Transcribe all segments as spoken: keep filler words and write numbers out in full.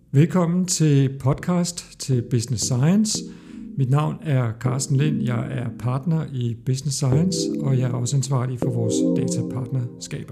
Velkommen til podcast til Business Science. Mit navn er Carsten Lind. Jeg er partner i Business Science, og jeg er også ansvarlig for vores datapartnerskaber.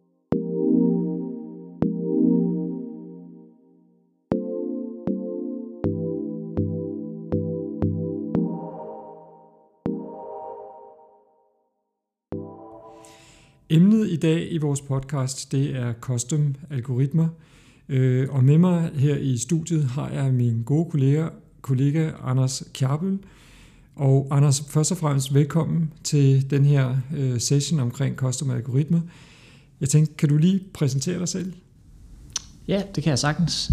Emnet i dag i vores podcast, det er custom algoritmer. Og med mig her i studiet har jeg min gode kollega, kollega Anders Kjarbøl. Og Anders, først og fremmest velkommen til den her session omkring custom algoritmer. Jeg tænkte, kan du lige præsentere dig selv? Ja, det kan jeg sagtens.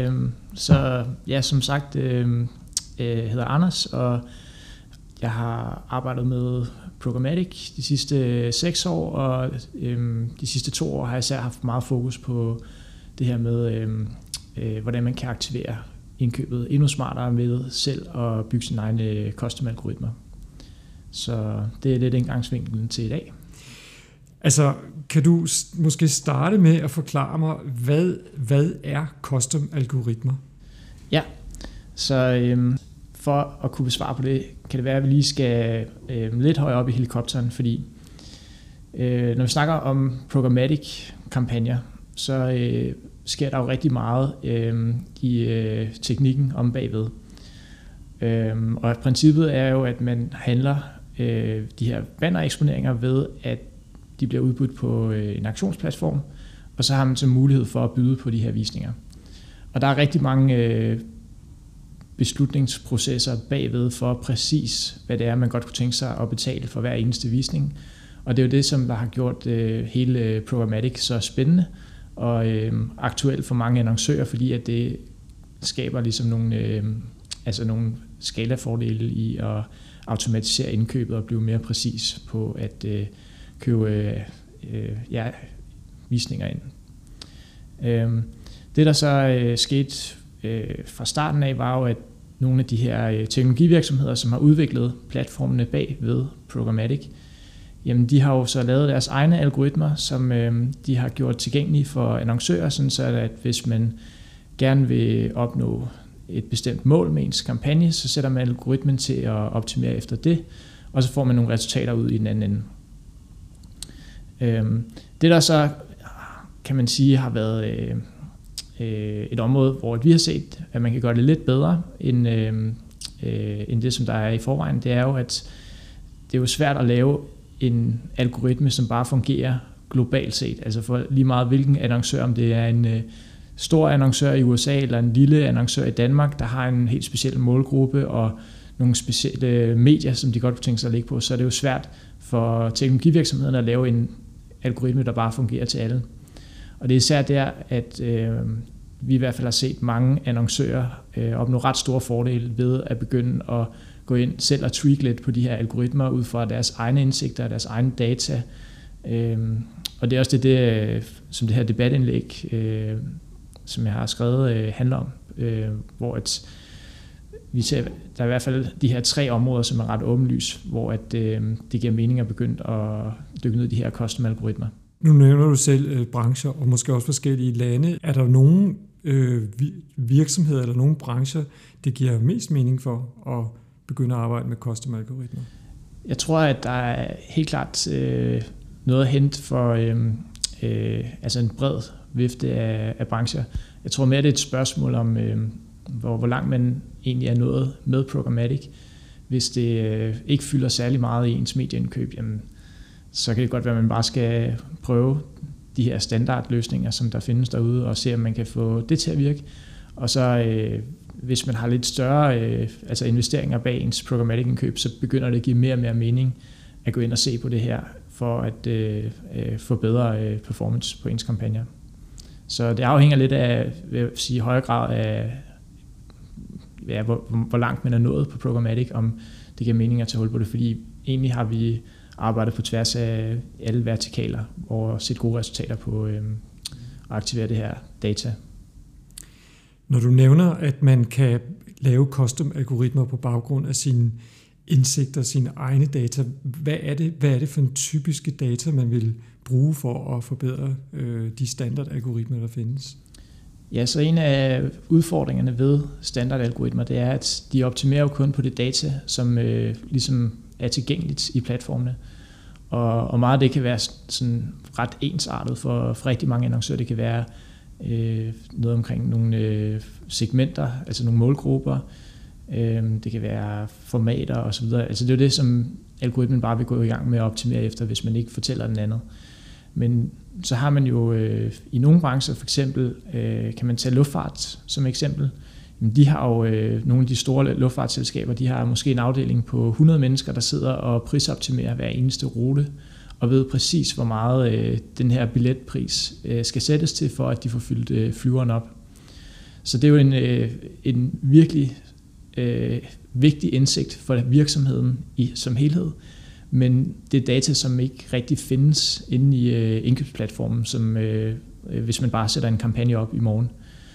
Så ja, som sagt, jeg hedder Anders, og jeg har arbejdet med programmatic de sidste seks år, og de sidste to år har jeg især haft meget fokus på det her med, øh, øh, hvordan man kan aktivere indkøbet endnu smartere ved selv at bygge sine egne custom algoritmer. Så det er lidt indgangsvinklen til i dag. Altså, kan du måske starte med at forklare mig, hvad, hvad er custom algoritmer? Ja, så øh, for at kunne besvare på det, kan det være, at vi lige skal øh, lidt højere op i helikopteren, fordi øh, når vi snakker om programmatic kampagner, så øh, sker der jo rigtig meget øh, i øh, teknikken om bagved. Øh, og princippet er jo, at man handler øh, de her bannereksponeringer ved, at de bliver udbudt på øh, en auktionsplatform, og så har man så mulighed for at byde på de her visninger. Og der er rigtig mange øh, beslutningsprocesser bagved for præcis, hvad det er, man godt kunne tænke sig at betale for hver eneste visning. Og det er jo det, som der har gjort øh, hele programmatic så spændende og øh, aktuelt for mange annoncører, fordi at det skaber ligesom nogle, øh, altså nogle skalafordele i at automatisere indkøbet og blive mere præcis på at øh, købe øh, ja, visninger ind. Øh, det der så øh, skete øh, fra starten af, var jo, at nogle af de her øh, teknologivirksomheder, som har udviklet platformene bag ved programmatic, jamen de har jo så lavet deres egne algoritmer, som øh, de har gjort tilgængelige for annoncører, sådan så at hvis man gerne vil opnå et bestemt mål med ens kampagne, så sætter man algoritmen til at optimere efter det, og så får man nogle resultater ud i den anden ende. Øh, det der så, kan man sige, har været øh, øh, et område, hvor vi har set, at man kan gøre det lidt bedre end, øh, øh, end det, som der er i forvejen, det er jo, at det er jo svært at lave en algoritme, som bare fungerer globalt set. Altså for lige meget hvilken annoncør, om det er en øh, stor annoncør i U S A eller en lille annoncør i Danmark, der har en helt speciel målgruppe og nogle specielle medier, som de godt kunne tænke sig at lægge på, så er det jo svært for teknologivirksomhederne at lave en algoritme, der bare fungerer til alle. Og det er især der, at øh, vi i hvert fald har set mange annoncører øh, opnå ret store fordele ved at begynde at gå ind selv og tweak lidt på de her algoritmer ud fra deres egne indsigter og deres egne data. Øhm, og det er også det, det, som det her debatindlæg, øh, som jeg har skrevet, øh, handler om, øh, hvor at vi ser, der er i hvert fald de her tre områder, som er ret åbenlys, hvor at, øh, det giver mening at begynde at dykke ned i de her custom algoritmer. Nu nævner du selv øh, brancher og måske også forskellige lande. Er der nogle øh, virksomheder eller nogle brancher, det giver mest mening for at begynde at arbejde med custom algoritmer? Jeg tror, at der er helt klart øh, noget at hente for øh, øh, altså en bred vifte af, af brancher. Jeg tror mere, det er et spørgsmål om, øh, hvor, hvor langt man egentlig er nået med programmatic. Hvis det øh, ikke fylder særlig meget i ens medieindkøb, jamen, så kan det godt være, at man bare skal prøve de her standardløsninger, som der findes derude, og se, om man kan få det til at virke. Og så øh, hvis man har lidt større øh, altså investeringer bag ens programmatic indkøb, så begynder det at give mere og mere mening at gå ind og se på det her, for at øh, øh, få bedre øh, performance på ens kampagner. Så det afhænger lidt af, vil jeg sige, højere grad af, ja, hvor, hvor langt man er nået på programmatic, om det giver mening at tage hul på det, fordi egentlig har vi arbejdet på tværs af alle vertikaler og set gode resultater på øh, at aktivere det her data. Når du nævner, at man kan lave custom algoritmer på baggrund af sine indsigter, sine egne data, hvad er det, hvad er det for en typiske data, man vil bruge for at forbedre øh, de standardalgoritmer, der findes? Ja, så en af udfordringerne ved standardalgoritmer, det er, at de optimerer jo kun på det data, som øh, ligesom er tilgængeligt i platformene. Og, og meget af det kan være sådan ret ensartet for, for rigtig mange annoncører. Det kan være øh, noget omkring nogle øh, segmenter, altså nogle målgrupper. Øh, det kan være formater osv. Altså det er jo det, som algoritmen bare vil gå i gang med at optimere efter, hvis man ikke fortæller den andet. Men så har man jo øh, i nogle brancher, for eksempel øh, kan man tage luftfart som eksempel. Jamen, de har jo øh, nogle af de store luftfartsselskaber, de har måske en afdeling på hundrede mennesker, der sidder og prisoptimerer hver eneste rute, og ved præcis, hvor meget øh, den her billetpris øh, skal sættes til, for at de får fyldt øh, flyveren op. Så det er jo en, øh, en virkelig øh, vigtig indsigt for virksomheden i, som helhed. Men det er data, som ikke rigtig findes inde i øh, indkøbsplatformen, som øh, hvis man bare sætter en kampagne op i morgen.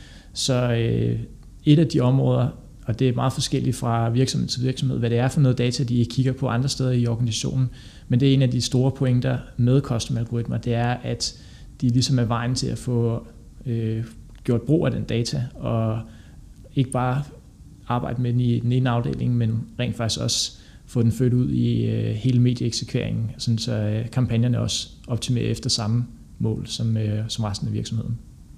Så øh, et af de områder, og det er meget forskelligt fra virksomhed til virksomhed, hvad det er for noget data, de kigger på andre steder i organisationen, men det er en af de store pointer med custom-algoritmer, det er, at de ligesom er vejen til at få øh, gjort brug af den data, og ikke bare arbejde med den i den ene afdeling, men rent faktisk også få den ført ud i øh, hele medieeksekveringen, sådan så øh, kampagnerne også optimerer efter samme mål som, øh, som resten af virksomheden.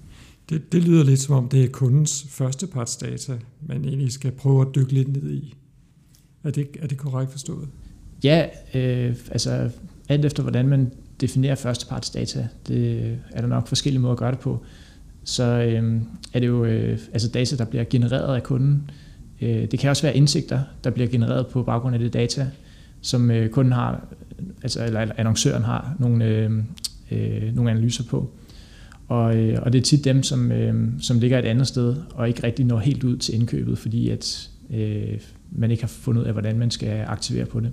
Det, det lyder lidt som om, det er kundens førstepartsdata, man egentlig skal prøve at dykke lidt ned i. Er det, er det korrekt forstået? Ja, øh, altså alt efter hvordan man definerer førstepartsdata, det er der nok forskellige måder at gøre det på. Så øh, er det jo øh, altså data, der bliver genereret af kunden. Øh, det kan også være indsigter, der bliver genereret på baggrund af det data, som øh, kunden har, altså eller annoncøren har nogle, øh, øh, nogle analyser på. Og, øh, og det er tit dem, som, øh, som ligger et andet sted, og ikke rigtig når helt ud til indkøbet, fordi at øh, man ikke har fundet ud af, hvordan man skal aktivere på det.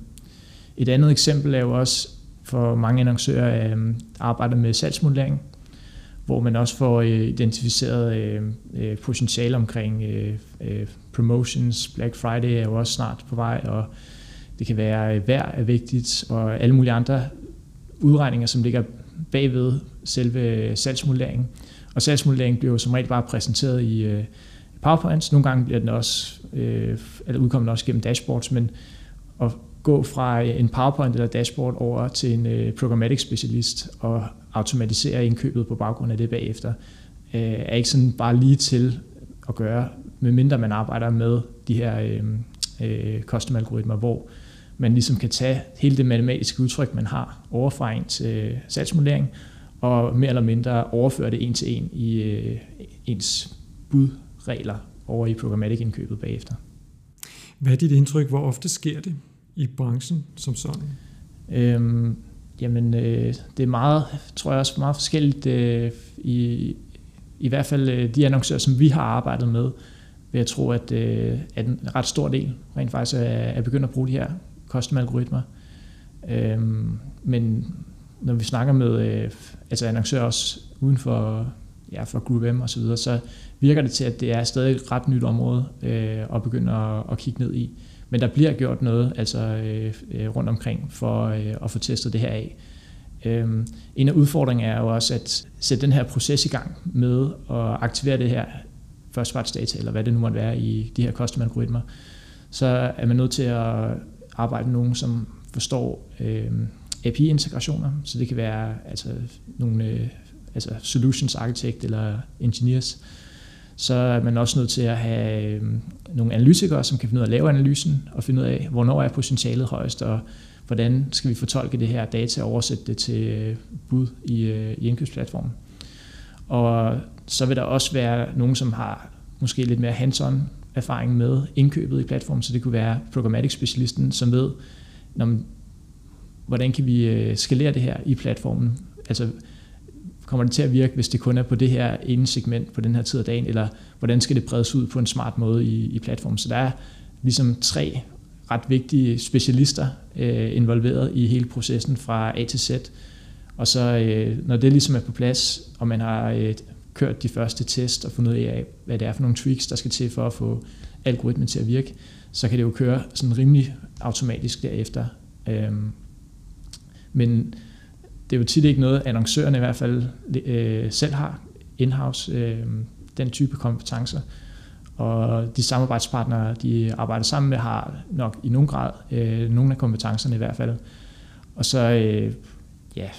Et andet eksempel er jo også for mange annoncører øh, arbejder med salgsmodellering, hvor man også får øh, identificeret øh, øh, potentiale omkring øh, øh, promotions. Black Friday er jo også snart på vej, og det kan være øh, vejr er vigtigt, og alle mulige andre udregninger, som ligger bagved selve salgsmodelleringen. Og salgsmodelleringen bliver jo som regel bare præsenteret i øh, PowerPoints. Nogle gange bliver den også, øh, eller udkommer den også gennem dashboards, men at gå fra en PowerPoint eller dashboard over til en øh, programmatic specialist og automatisere indkøbet på baggrund af det bagefter, øh, er ikke sådan bare lige til at gøre, medmindre man arbejder med de her øh, øh, custom-algoritmer, hvor man ligesom kan tage hele det matematiske udtryk, man har, overfra en til salgsmodellering, og mere eller mindre overføre det en til en i øh, ens budregler over i programmatic indkøbet bagefter. Hvad er dit indtryk? Hvor ofte sker det i branchen som sådan? Øhm, jamen, øh, det er meget, tror jeg også meget forskelligt. Øh, i, I hvert fald øh, de annoncører, som vi har arbejdet med, vil jeg tro, at, øh, at en ret stor del rent faktisk er, er begyndt at bruge de her custom-algoritmer. Øhm, men når vi snakker med øh, altså annoncører også uden for, ja, for Group M og så videre, så virker det til, at det er stadig et ret nyt område øh, at begynde at, at kigge ned i. Men der bliver gjort noget altså øh, rundt omkring for øh, at få testet det her af. Øhm, en af udfordringerne er jo også at sætte den her proces i gang med at aktivere det her førstepartsdata, eller hvad det nu måtte være i de her custom-algoritmer. Så er man nødt til at arbejde med nogen, som forstår øh, A P I-integrationer, så det kan være altså, nogle øh, altså solutions architect eller engineers. Så er man også nødt til at have øh, nogle analytikere, som kan finde ud af at lave analysen og finde ud af, hvornår er potentialet højst, og hvordan skal vi fortolke det her data og oversætte det til øh, bud i, øh, i indkøbsplatformen. Og så vil der også være nogen, som har måske lidt mere hands-on erfaring med indkøbet i platformen, så det kunne være programmatic-specialisten, som ved, når, hvordan kan vi skalere det her i platformen. Altså, kommer det til at virke, hvis det kun er på det her ene segment på den her tid af dagen, eller hvordan skal det bredes ud på en smart måde i, i platformen. Så der er ligesom tre ret vigtige specialister øh, involveret i hele processen fra A til Z. Og så øh, når det ligesom er på plads, og man har øh, kørt de første test og fundet ud af, hvad det er for nogle tweaks, der skal til for at få algoritmen til at virke, så kan det jo køre sådan rimelig automatisk derefter. Øhm, men det er jo tit ikke noget, annoncørerne i hvert fald øh, selv har in-house. Øh, den type kompetencer. Og de samarbejdspartnere, de arbejder sammen med, har nok i nogen grad øh, nogle af kompetencerne i hvert fald. Og så, øh, ja,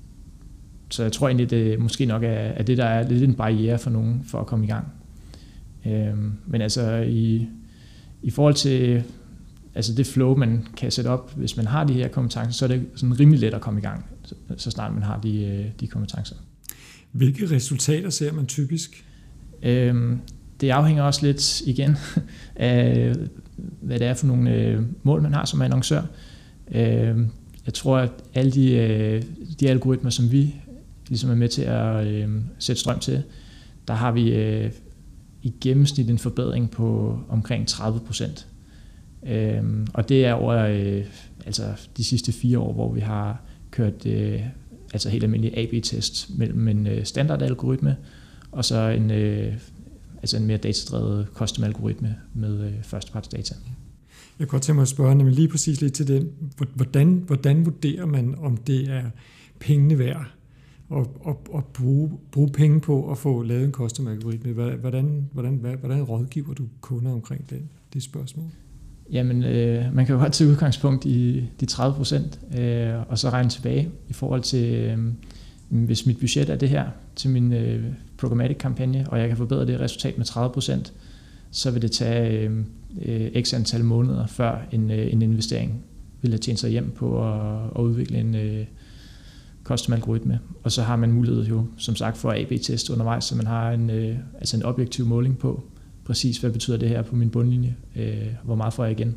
så jeg tror egentlig, det måske nok er, er det, der er lidt en barriere for nogen for at komme i gang. Øh, men altså i, i forhold til altså det flow, man kan sætte op, hvis man har de her kompetencer, så er det sådan rimelig let at komme i gang, så, så snart man har de, de kompetencer. Hvilke resultater ser man typisk? Øh, Det afhænger også lidt igen af, hvad det er for nogle øh, mål, man har som annoncør. Øh, jeg tror, at alle de, øh, de algoritmer, som vi ligesom er med til at øh, sætte strøm til, der har vi øh, i gennemsnit en forbedring på omkring tredive procent. Øh, og det er over øh, altså de sidste fire år, hvor vi har kørt øh, altså helt almindelig A B-test mellem en øh, standardalgoritme og så en øh, altså en mere datadrevet custom-algoritme med øh, førstepartsdata. Jeg kan godt tænke mig at spørge nemlig lige præcis lidt til den. Hvordan, hvordan vurderer man, om det er pengene værd at, at, at bruge, bruge penge på at få lavet en custom-algoritme? Hvordan, hvordan, hvordan rådgiver du kunder omkring den, det spørgsmål? Jamen, øh, man kan jo godt tage udgangspunkt i de tredive procent, øh, og så regne tilbage i forhold til, øh, hvis mit budget er det her til min øh, programmatic-kampagne, og jeg kan forbedre det resultat med tredive procent, så vil det tage øh, x antal måneder, før en, øh, en investering vil have tjent sig hjem på at, at udvikle en øh, custom-algoritme. Og så har man mulighed jo, som sagt, for A B-test undervejs, så man har en, øh, altså en objektiv måling på, præcis hvad betyder det her på min bundlinje, øh, hvor meget får jeg igen.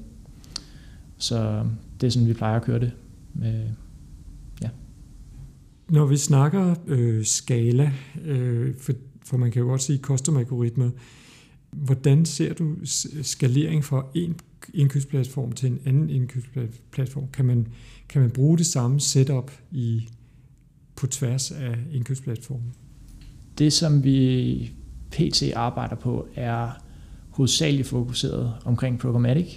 Så det er sådan, vi plejer at køre det. Øh, ja. Når vi snakker øh, skala, øh, for, for man kan jo godt sige custom-algoritmer, hvordan ser du skalering fra en indkøbsplatform til en anden indkøbsplatform? Kan man, kan man bruge det samme setup i, på tværs af indkøbsplatformen? Det, som vi pt. Arbejder på, er hovedsageligt fokuseret omkring programmatic.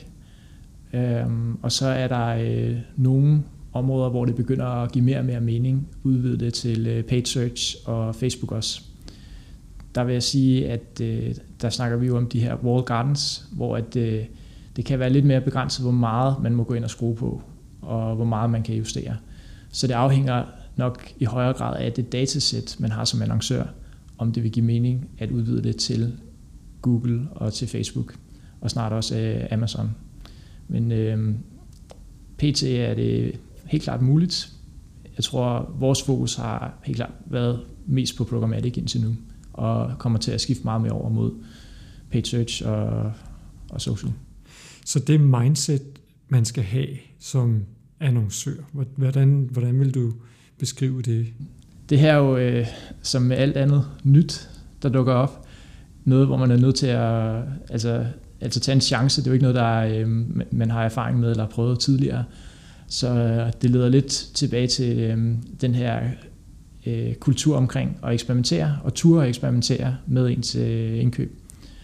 Øhm, og så er der øh, nogle områder, hvor det begynder at give mere og mere mening, udvide det til øh, paid search og Facebook også. Der vil jeg sige, at øh, der snakker vi jo om de her walled gardens, hvor at, øh, det kan være lidt mere begrænset, hvor meget man må gå ind og skrue på, og hvor meget man kan justere. Så det afhænger nok i højere grad af det datasæt, man har som annoncør, om det vil give mening at udvide det til Google og til Facebook, og snart også øh, Amazon. Men øh, pt. Er det helt klart muligt. Jeg tror, vores fokus har helt klart været mest på programmatic indtil nu, og kommer til at skifte meget mere over mod paid search og, og social. Så det mindset, man skal have som annoncør, hvordan, hvordan vil du beskrive det? Det her er jo, øh, som med alt andet nyt, der dukker op, noget, hvor man er nødt til at altså, altså tage en chance. Det er jo ikke noget, der øh, man har erfaring med eller har prøvet tidligere. Så øh, det leder lidt tilbage til øh, den her øh, kultur omkring at eksperimentere, og ture at eksperimentere med ens øh, indkøb.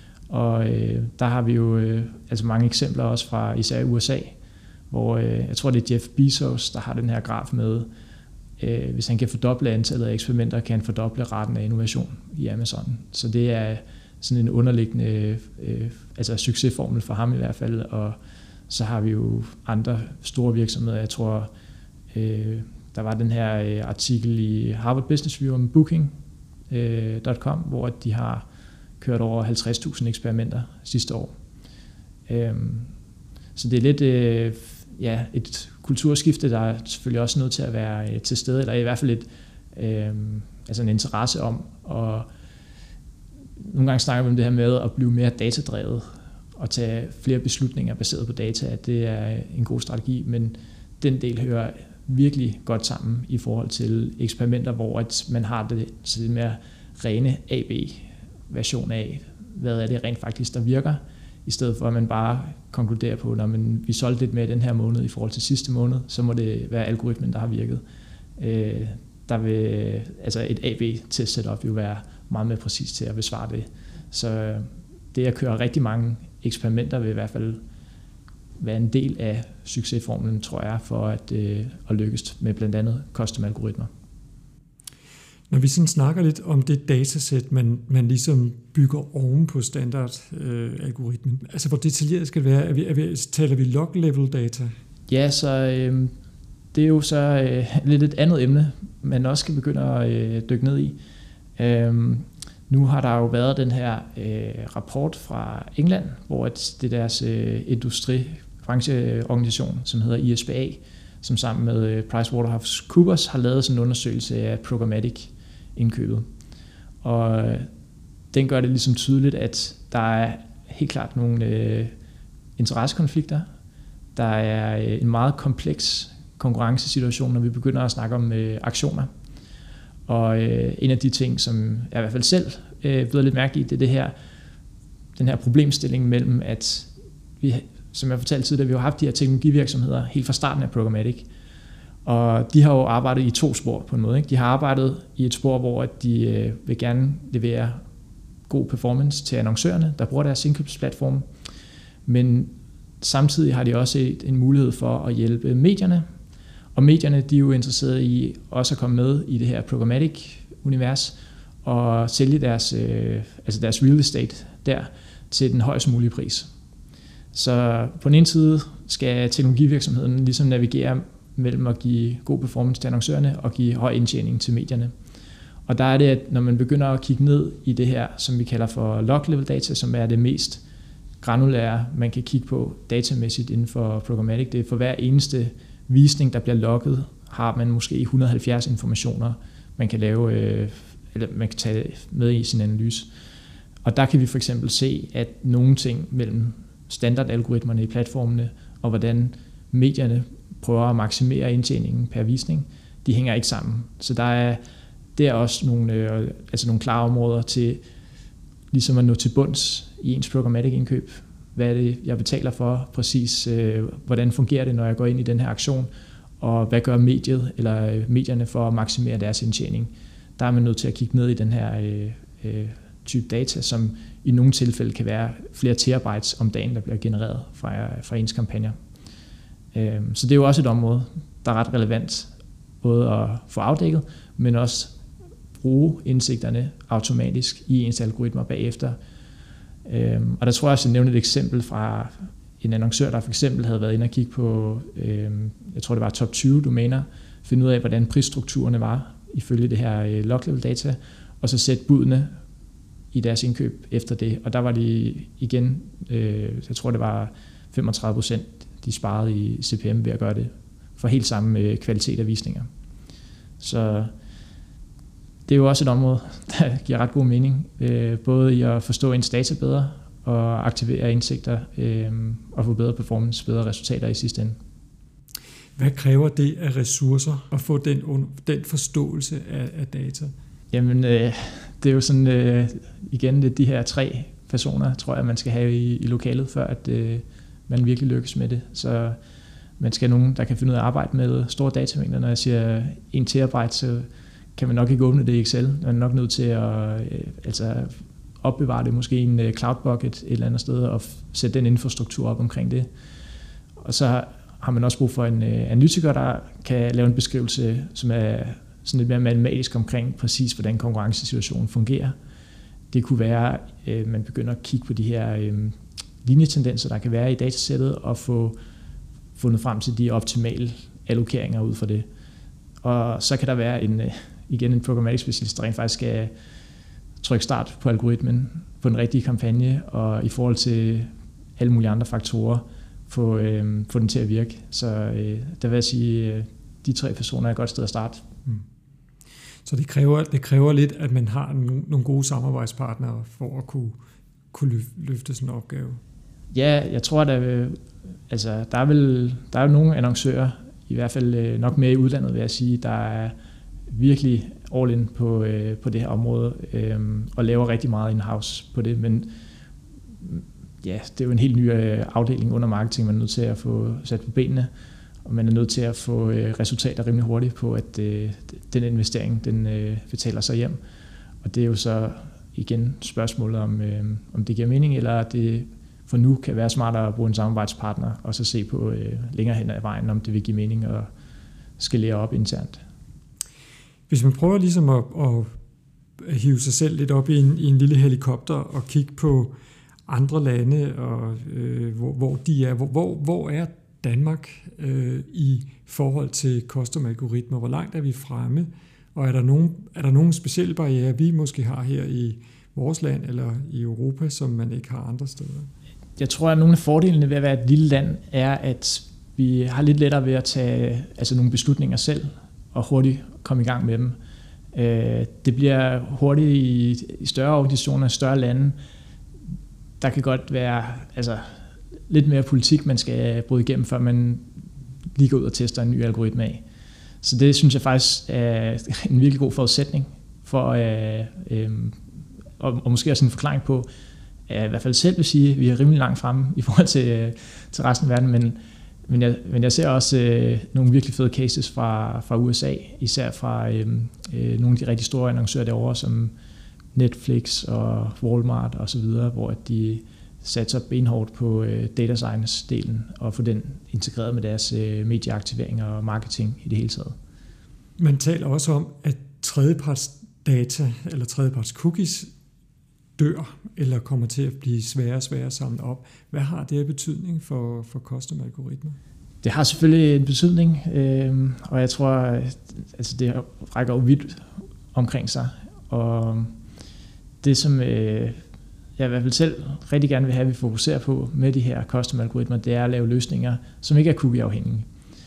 Og øh, der har vi jo øh, altså mange eksempler også fra især U S A, hvor øh, jeg tror, det er Jeff Bezos, der har den her graf med, øh, hvis han kan fordoble antallet af eksperimenter, kan han fordoble raten af innovation i Amazon. Så det er sådan en underliggende øh, altså succesformel for ham i hvert fald, og så har vi jo andre store virksomheder. Jeg tror, øh, der var den her øh, artikel i Harvard Business Review om booking punktum com, øh, hvor de har kørt over halvtreds tusind eksperimenter sidste år. Øh, så det er lidt øh, ja, et kulturskifte, der er selvfølgelig også nødt til at være øh, til stede, eller i hvert fald et, øh, altså en interesse om, og nogle gange snakker vi om det her med at blive mere datadrevet, og tage flere beslutninger baseret på data, at det er en god strategi, men den del hører virkelig godt sammen i forhold til eksperimenter, hvor at man har det til lidt mere rene A B-version af, hvad er det rent faktisk, der virker, i stedet for at man bare konkluderer på, når man, vi solgte lidt mere den her måned i forhold til sidste måned, så må det være algoritmen, der har virket. Øh, der vil altså et A B-test setup jo være meget mere præcis til at besvare det. Så det at køre rigtig mange eksperimenter vil i hvert fald være en del af succesformlen, tror jeg, for at, øh, at lykkes med blandt andet custom-algoritmer. Når vi sådan snakker lidt om det datasæt, man, man ligesom bygger oven på standardalgoritmen, øh, altså hvor detaljeret skal det være? Er vi, er vi, taler vi log-level data? Ja, så øh, det er jo så øh, lidt et andet emne, man også skal begynde at øh, dykke ned i. Øh, nu har der jo været den her øh, rapport fra England, hvor det er deres øh, industribrancheorganisation, som hedder I S B A, som sammen med øh, PricewaterhouseCoopers har lavet sådan en undersøgelse af programmatic indkøbet. Og den gør det ligesom tydeligt, at der er helt klart nogle øh, interessekonflikter. Der er øh, en meget kompleks konkurrencesituation, når vi begynder at snakke om øh, aktioner. Og øh, en af de ting, som jeg i hvert fald selv øh, blevet lidt mærke i, det er det her, den her problemstilling mellem, at vi, som jeg fortalte tidligere, vi har haft de her teknologivirksomheder helt fra starten af programmatic. Og de har jo arbejdet i to spor på en måde. Ikke? De har arbejdet i et spor, hvor de øh, vil gerne levere god performance til annoncørerne, der bruger deres indkøbsplatform. Men samtidig har de også et, en mulighed for at hjælpe medierne. Og medierne, de er jo interesserede i også at komme med i det her programmatic-univers og sælge deres, øh, altså deres real estate der til den højst mulige pris. Så på den ene side skal teknologivirksomheden ligesom navigere mellem at give god performance til annoncørerne og give høj indtjening til medierne. Og der er det, at når man begynder at kigge ned i det her, som vi kalder for log-level data, som er det mest granulære, man kan kigge på datamæssigt inden for programmatic, det er for hver eneste visning, der bliver logget, har man måske et hundrede og halvfjerds informationer, man kan lave, øh, eller man kan tage med i sin analyse. Og der kan vi for eksempel se, at nogle ting mellem standardalgoritmerne i platformene, og hvordan medierne prøver at maksimere indtjeningen per visning, de hænger ikke sammen. Så der er, der er også nogle, øh, altså nogle klare områder til ligesom at nå til bunds i ens programmatic indkøb. Hvad er det, jeg betaler for præcis? Øh, hvordan fungerer det, når jeg går ind i den her aktion? Og hvad gør mediet eller medierne for at maksimere deres indtjening? Der er man nødt til at kigge ned i den her øh, øh, type data, som i nogle tilfælde kan være flere terabytes om dagen, der bliver genereret fra, fra ens kampagner. Øh, så det er jo også et område, der er ret relevant, både at få afdækket, men også bruge indsigterne automatisk i ens algoritmer bagefter. Øhm, og der tror jeg også, at jeg nævnte et eksempel fra en annoncør, der for eksempel havde været inde og kigge på, øhm, jeg tror det var top tyve domæner, finde ud af, hvordan prisstrukturerne var ifølge det her øh, log-level data, og så sætte budene i deres indkøb efter det. Og der var de igen, øh, jeg tror det var femogtredive procent, de sparede i C P M ved at gøre det, for helt samme øh, kvalitet af visninger. Så det er jo også et område, der giver ret god mening, øh, både i at forstå ens data bedre og aktivere indsigter øh, og få bedre performance, bedre resultater i sidste ende. Hvad kræver det af ressourcer at få den, den forståelse af, af data? Jamen, øh, det er jo sådan, øh, igen, det de her tre personer, tror jeg, man skal have i, i lokalet, før at øh, man virkelig lykkes med det. Så man skal have nogen, der kan finde ud af at arbejde med store datamængder. Når jeg siger en terabyte, så kan man nok ikke åbne det i Excel. Man er nok nødt til at øh, altså opbevare det måske i en øh, cloud bucket et eller andet sted og f- sætte den infrastruktur op omkring det. Og så har man også brug for en øh, analytiker, der kan lave en beskrivelse, som er sådan lidt mere matematisk omkring præcis, hvordan konkurrencesituationen fungerer. Det kunne være, at øh, man begynder at kigge på de her øh, linjetendenser, der kan være i datasættet, og få fundet frem til de optimale allokeringer ud fra det. Og så kan der være en, igen en programmatic specialist, der rent faktisk skal trykke start på algoritmen på den rigtige kampagne, og i forhold til alle mulige andre faktorer, få, øh, få den til at virke. Så øh, der vil jeg sige, at de tre personer er et godt sted at starte. Mm. Så det kræver, det kræver lidt, at man har nogle, nogle gode samarbejdspartnere for at kunne, kunne løfte sådan en opgave? Ja, jeg tror, der, altså, der er vel der er jo nogle annoncører, i hvert fald nok mere i udlandet, vil jeg sige, der er virkelig all in på, øh, på det her område, øh, og laver rigtig meget in-house på det, men ja, det er jo en helt ny afdeling under marketing, man er nødt til at få sat på benene, og man er nødt til at få øh, resultater rimelig hurtigt på, at øh, den investering, den øh, betaler sig hjem, og det er jo så igen spørgsmålet om, øh, om det giver mening, eller det for nu kan være smartere at bruge en samarbejdspartner, og så se på øh, længere hen ad vejen, om det vil give mening at skalere op internt. Hvis man prøver ligesom at, at hive sig selv lidt op i en, i en lille helikopter og kigge på andre lande, og, øh, hvor, hvor de er, hvor, hvor, hvor er Danmark øh, i forhold til custom-algoritmer? Hvor langt er vi fremme? Og er der nogen, er der nogle specielle barrierer, vi måske har her i vores land eller i Europa, som man ikke har andre steder? Jeg tror, at nogle af fordelene ved at være et lille land er, at vi har lidt lettere ved at tage altså nogle beslutninger selv og hurtigt komme i gang med dem. Det bliver hurtigt i, i større organisationer, større lande. Der kan godt være altså, lidt mere politik, man skal bryde igennem, før man lige går ud og tester en ny algoritme af. Så det synes jeg faktisk er en virkelig god forudsætning for, øh, øh, og, og måske også en forklaring på, at jeg i hvert fald selv vil sige, at vi er rimelig langt fremme i forhold til, øh, til resten af verden, men, men, jeg, men jeg ser også øh, nogle virkelig fede cases fra, fra U S A, især fra øh, øh, nogle af de rigtig store annoncører derovre, som Netflix og Walmart og så videre, hvor de satser benhårdt på øh, data science-delen og få den integreret med deres øh, medieaktivering og marketing i det hele taget. Man taler også om, at tredjeparts data eller tredjeparts cookies dør eller kommer til at blive sværere og sværere at samle op. Hvad har det af betydning for, for custom-algoritmer? Det har selvfølgelig en betydning, øh, og jeg tror, at altså det rækker jo vidt omkring sig. Og det, som øh, jeg i hvert fald selv rigtig gerne vil have, at vi fokuserer på med de her custom-algoritmer, det er at lave løsninger, som ikke er cookie-afhængige.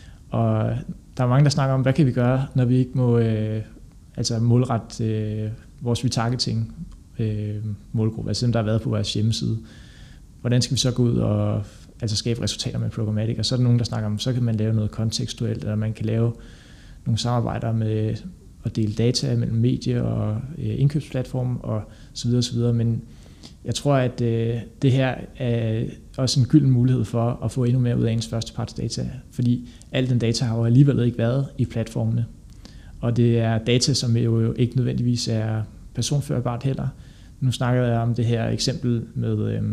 Og der er mange, der snakker om, hvad kan vi gøre, når vi ikke må øh, altså målrette øh, vores retargeting øh, målgruppe, altså dem, der har været på vores hjemmeside. Hvordan skal vi så gå ud og altså skabe resultater med programmatic? Og så er der nogen, der snakker om, så kan man lave noget kontekstuelt, eller man kan lave nogle samarbejder med at dele data mellem medie og øh, indkøbsplatform og så videre, så videre. Men jeg tror, at øh, det her er også en gylden mulighed for at få endnu mere ud af ens førstepartsdata, fordi al den data har jo alligevel ikke været i platformene. Og det er data, som jo ikke nødvendigvis er personførbart heller. Nu snakkede jeg om det her eksempel med, øh,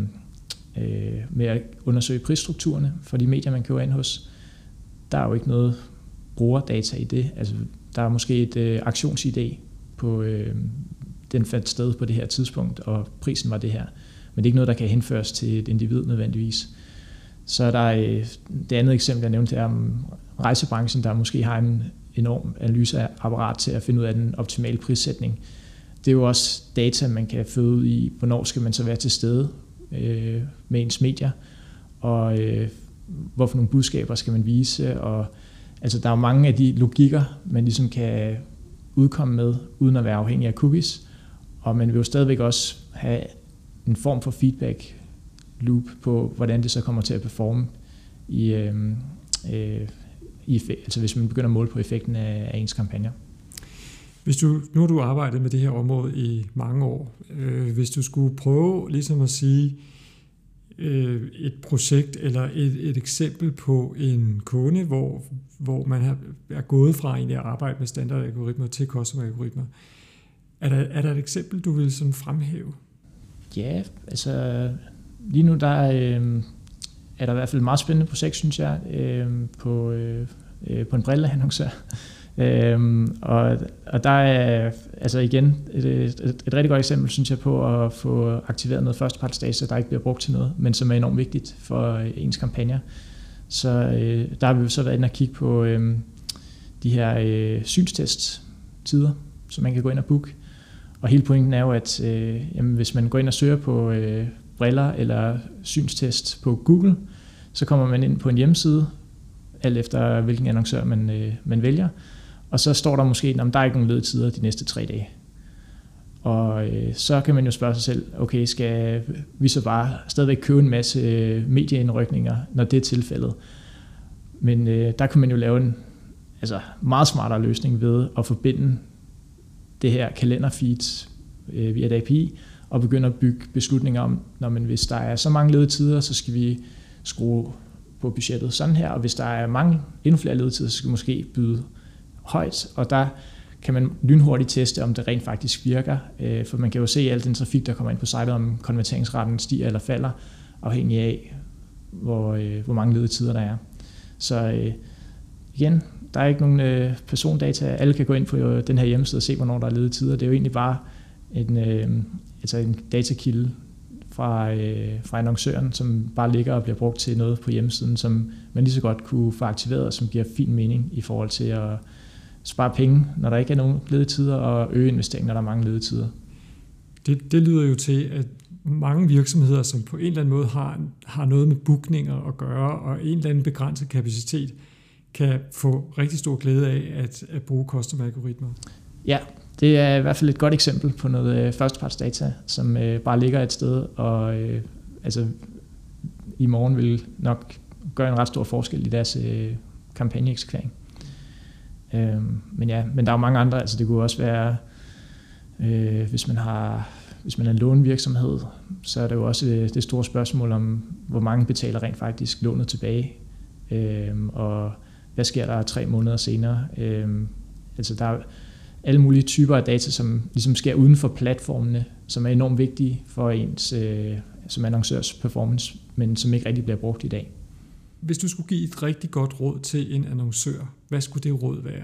øh, med at undersøge prisstrukturerne for de medier, man køber ind hos. Der er jo ikke noget brugerdata i det. Altså, der er måske et øh, aktions-I D på øh, den fandt sted på det her tidspunkt, og prisen var det her. Men det er ikke noget, der kan henføres til et individ nødvendigvis. Så er der øh, det andet eksempel, jeg nævnte her om rejsebranchen, der måske har en enorm analyseapparat til at finde ud af den optimale prissætning. Det er jo også data, man kan føde ud i, hvornår skal man så være til stede øh, med ens medier, og øh, hvorfor nogle budskaber skal man vise, og altså, der er jo mange af de logikker, man ligesom kan udkomme med, uden at være afhængig af cookies. Og man vil jo stadigvæk også have en form for feedback loop på, hvordan det så kommer til at performe i, øh, øh, i altså hvis man begynder at måle på effekten af, af ens kampagner. Hvis du, nu har du arbejdet med det her område i mange år. Øh, hvis du skulle prøve ligesom at sige øh, et projekt eller et, et eksempel på en kunde, hvor, hvor man har, er gået fra egentlig at arbejde med standardalgoritmer til custom-algoritmer, er der, er der et eksempel, du vil sådan fremhæve? Ja, altså lige nu der øh, er der i hvert fald et meget spændende projekt, synes jeg, øh, på, øh, på en brilleannoncør. Øhm, og, og der er altså igen et, et, et rigtig godt eksempel, synes jeg, på at få aktiveret noget førstepartsdata, der ikke bliver brugt til noget, men som er enormt vigtigt for ens kampagner. Så øh, der har vi så været inde og kigge på øh, de her øh, synstest-tider, som man kan gå ind og booke. Og hele pointen er jo, at øh, jamen, hvis man går ind og søger på øh, briller eller synstest på Google, så kommer man ind på en hjemmeside, alt efter hvilken annoncør man, øh, man vælger. Og så står der måske, at der er ikke nogen ledige tider de næste tre dage. Og øh, så kan man jo spørge sig selv, okay, skal vi så bare stadigvæk købe en masse øh, medieindrykninger, når det er tilfældet? Men øh, der kan man jo lave en altså, meget smartere løsning ved at forbinde det her kalenderfeed øh, via et A P I, og begynde at bygge beslutninger om, når man, hvis der er så mange ledige tider, så skal vi skrue på budgettet sådan her, og hvis der er mange, endnu flere ledetider, så skal vi måske byde højt, og der kan man lynhurtigt teste, om det rent faktisk virker, for man kan jo se al den trafik, der kommer ind på sitet, om konverteringsraten stiger eller falder, afhængig af, hvor, hvor mange ledetider der er. Så igen, der er ikke nogen øh, persondata. Alle kan gå ind på øh, den her hjemmeside og se, hvornår der er ledige tider. Det er jo egentlig bare en, øh, altså en datakilde fra, øh, fra annoncøren, som bare ligger og bliver brugt til noget på hjemmesiden, som man lige så godt kunne få aktiveret, og som giver fin mening i forhold til at spare penge, når der ikke er nogen ledige tider, og øge investeringen, når der er mange ledige tider. Det, det lyder jo til, at mange virksomheder, som på en eller anden måde har, har noget med bookninger at gøre, og en eller anden begrænset kapacitet, kan få rigtig stor glæde af at, at bruge custom-algoritmer. Ja, det er i hvert fald et godt eksempel på noget øh, førstepartsdata, som øh, bare ligger et sted, og øh, altså, i morgen vil nok gøre en ret stor forskel i deres øh, kampagneeksekvering. Øh, men ja, men der er jo mange andre, altså det kunne også være, øh, hvis man har hvis man er en lånevirksomhed, så er der jo også det, det store spørgsmål om, hvor mange betaler rent faktisk lånet tilbage, øh, og hvad sker der tre måneder senere. Øh, altså der er alle mulige typer af data, som ligesom sker uden for platformene, som er enormt vigtige for ens øh, som annoncørs performance, men som ikke rigtig bliver brugt i dag. Hvis du skulle give et rigtig godt råd til en annoncør, hvad skulle det råd være?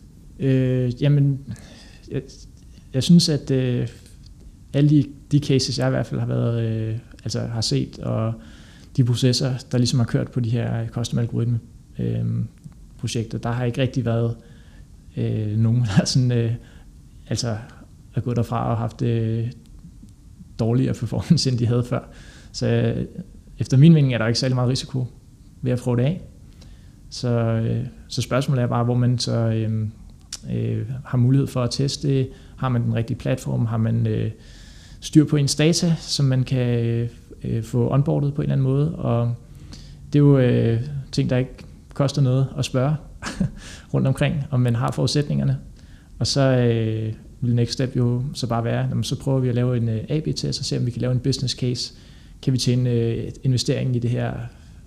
Øh, jamen, jeg, jeg synes, at øh, alle de, de cases, jeg i hvert fald har været, øh, altså har set, og de processer, der ligesom har kørt på de her custom algoritme øh, projekter, der har ikke rigtig været øh, nogen, der sådan, øh, altså er gået derfra og haft øh, dårligere performance, end de havde før. Så øh, efter min mening er der ikke særlig meget risiko ved at prøve det af. Så, øh, så spørgsmålet er bare, hvor man så øh, øh, har mulighed for at teste det. Har man den rigtige platform? Har man øh, styr på ens data, som man kan øh, få onboardet på en eller anden måde? Og det er jo øh, ting, der ikke koster noget at spørge rundt omkring, om man har forudsætningerne. Og så øh, vil next step jo så bare være, jamen, så prøver vi at lave en øh, A B test og se, om vi kan lave en business case. Kan vi tjene øh, investering i det her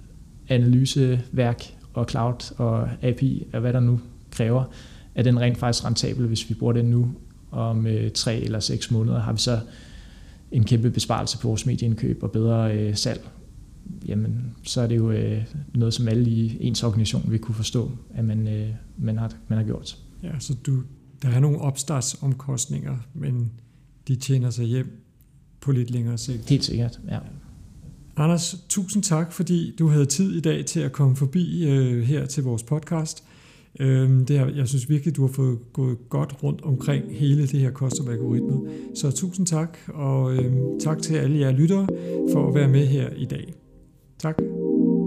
analyseværk og cloud og A P I, og hvad der nu kræver, er den rent faktisk rentabel, hvis vi bruger den nu om øh, tre eller seks måneder, har vi så en kæmpe besparelse på vores medieindkøb og bedre øh, salg. Jamen, så er det jo øh, noget, som alle i ens organisation vil kunne forstå, at man, øh, man, har, man har gjort. Ja, så du, der er nogle opstartsomkostninger, men de tjener sig hjem på lidt længere sigt. Helt sikkert, ja. Anders, tusind tak, fordi du havde tid i dag til at komme forbi øh, her til vores podcast. Øh, det er, jeg synes virkelig, du har fået gået godt rundt omkring hele det her custom algoritmer. Så tusind tak, og øh, tak til alle jer lyttere for at være med her i dag. Tak.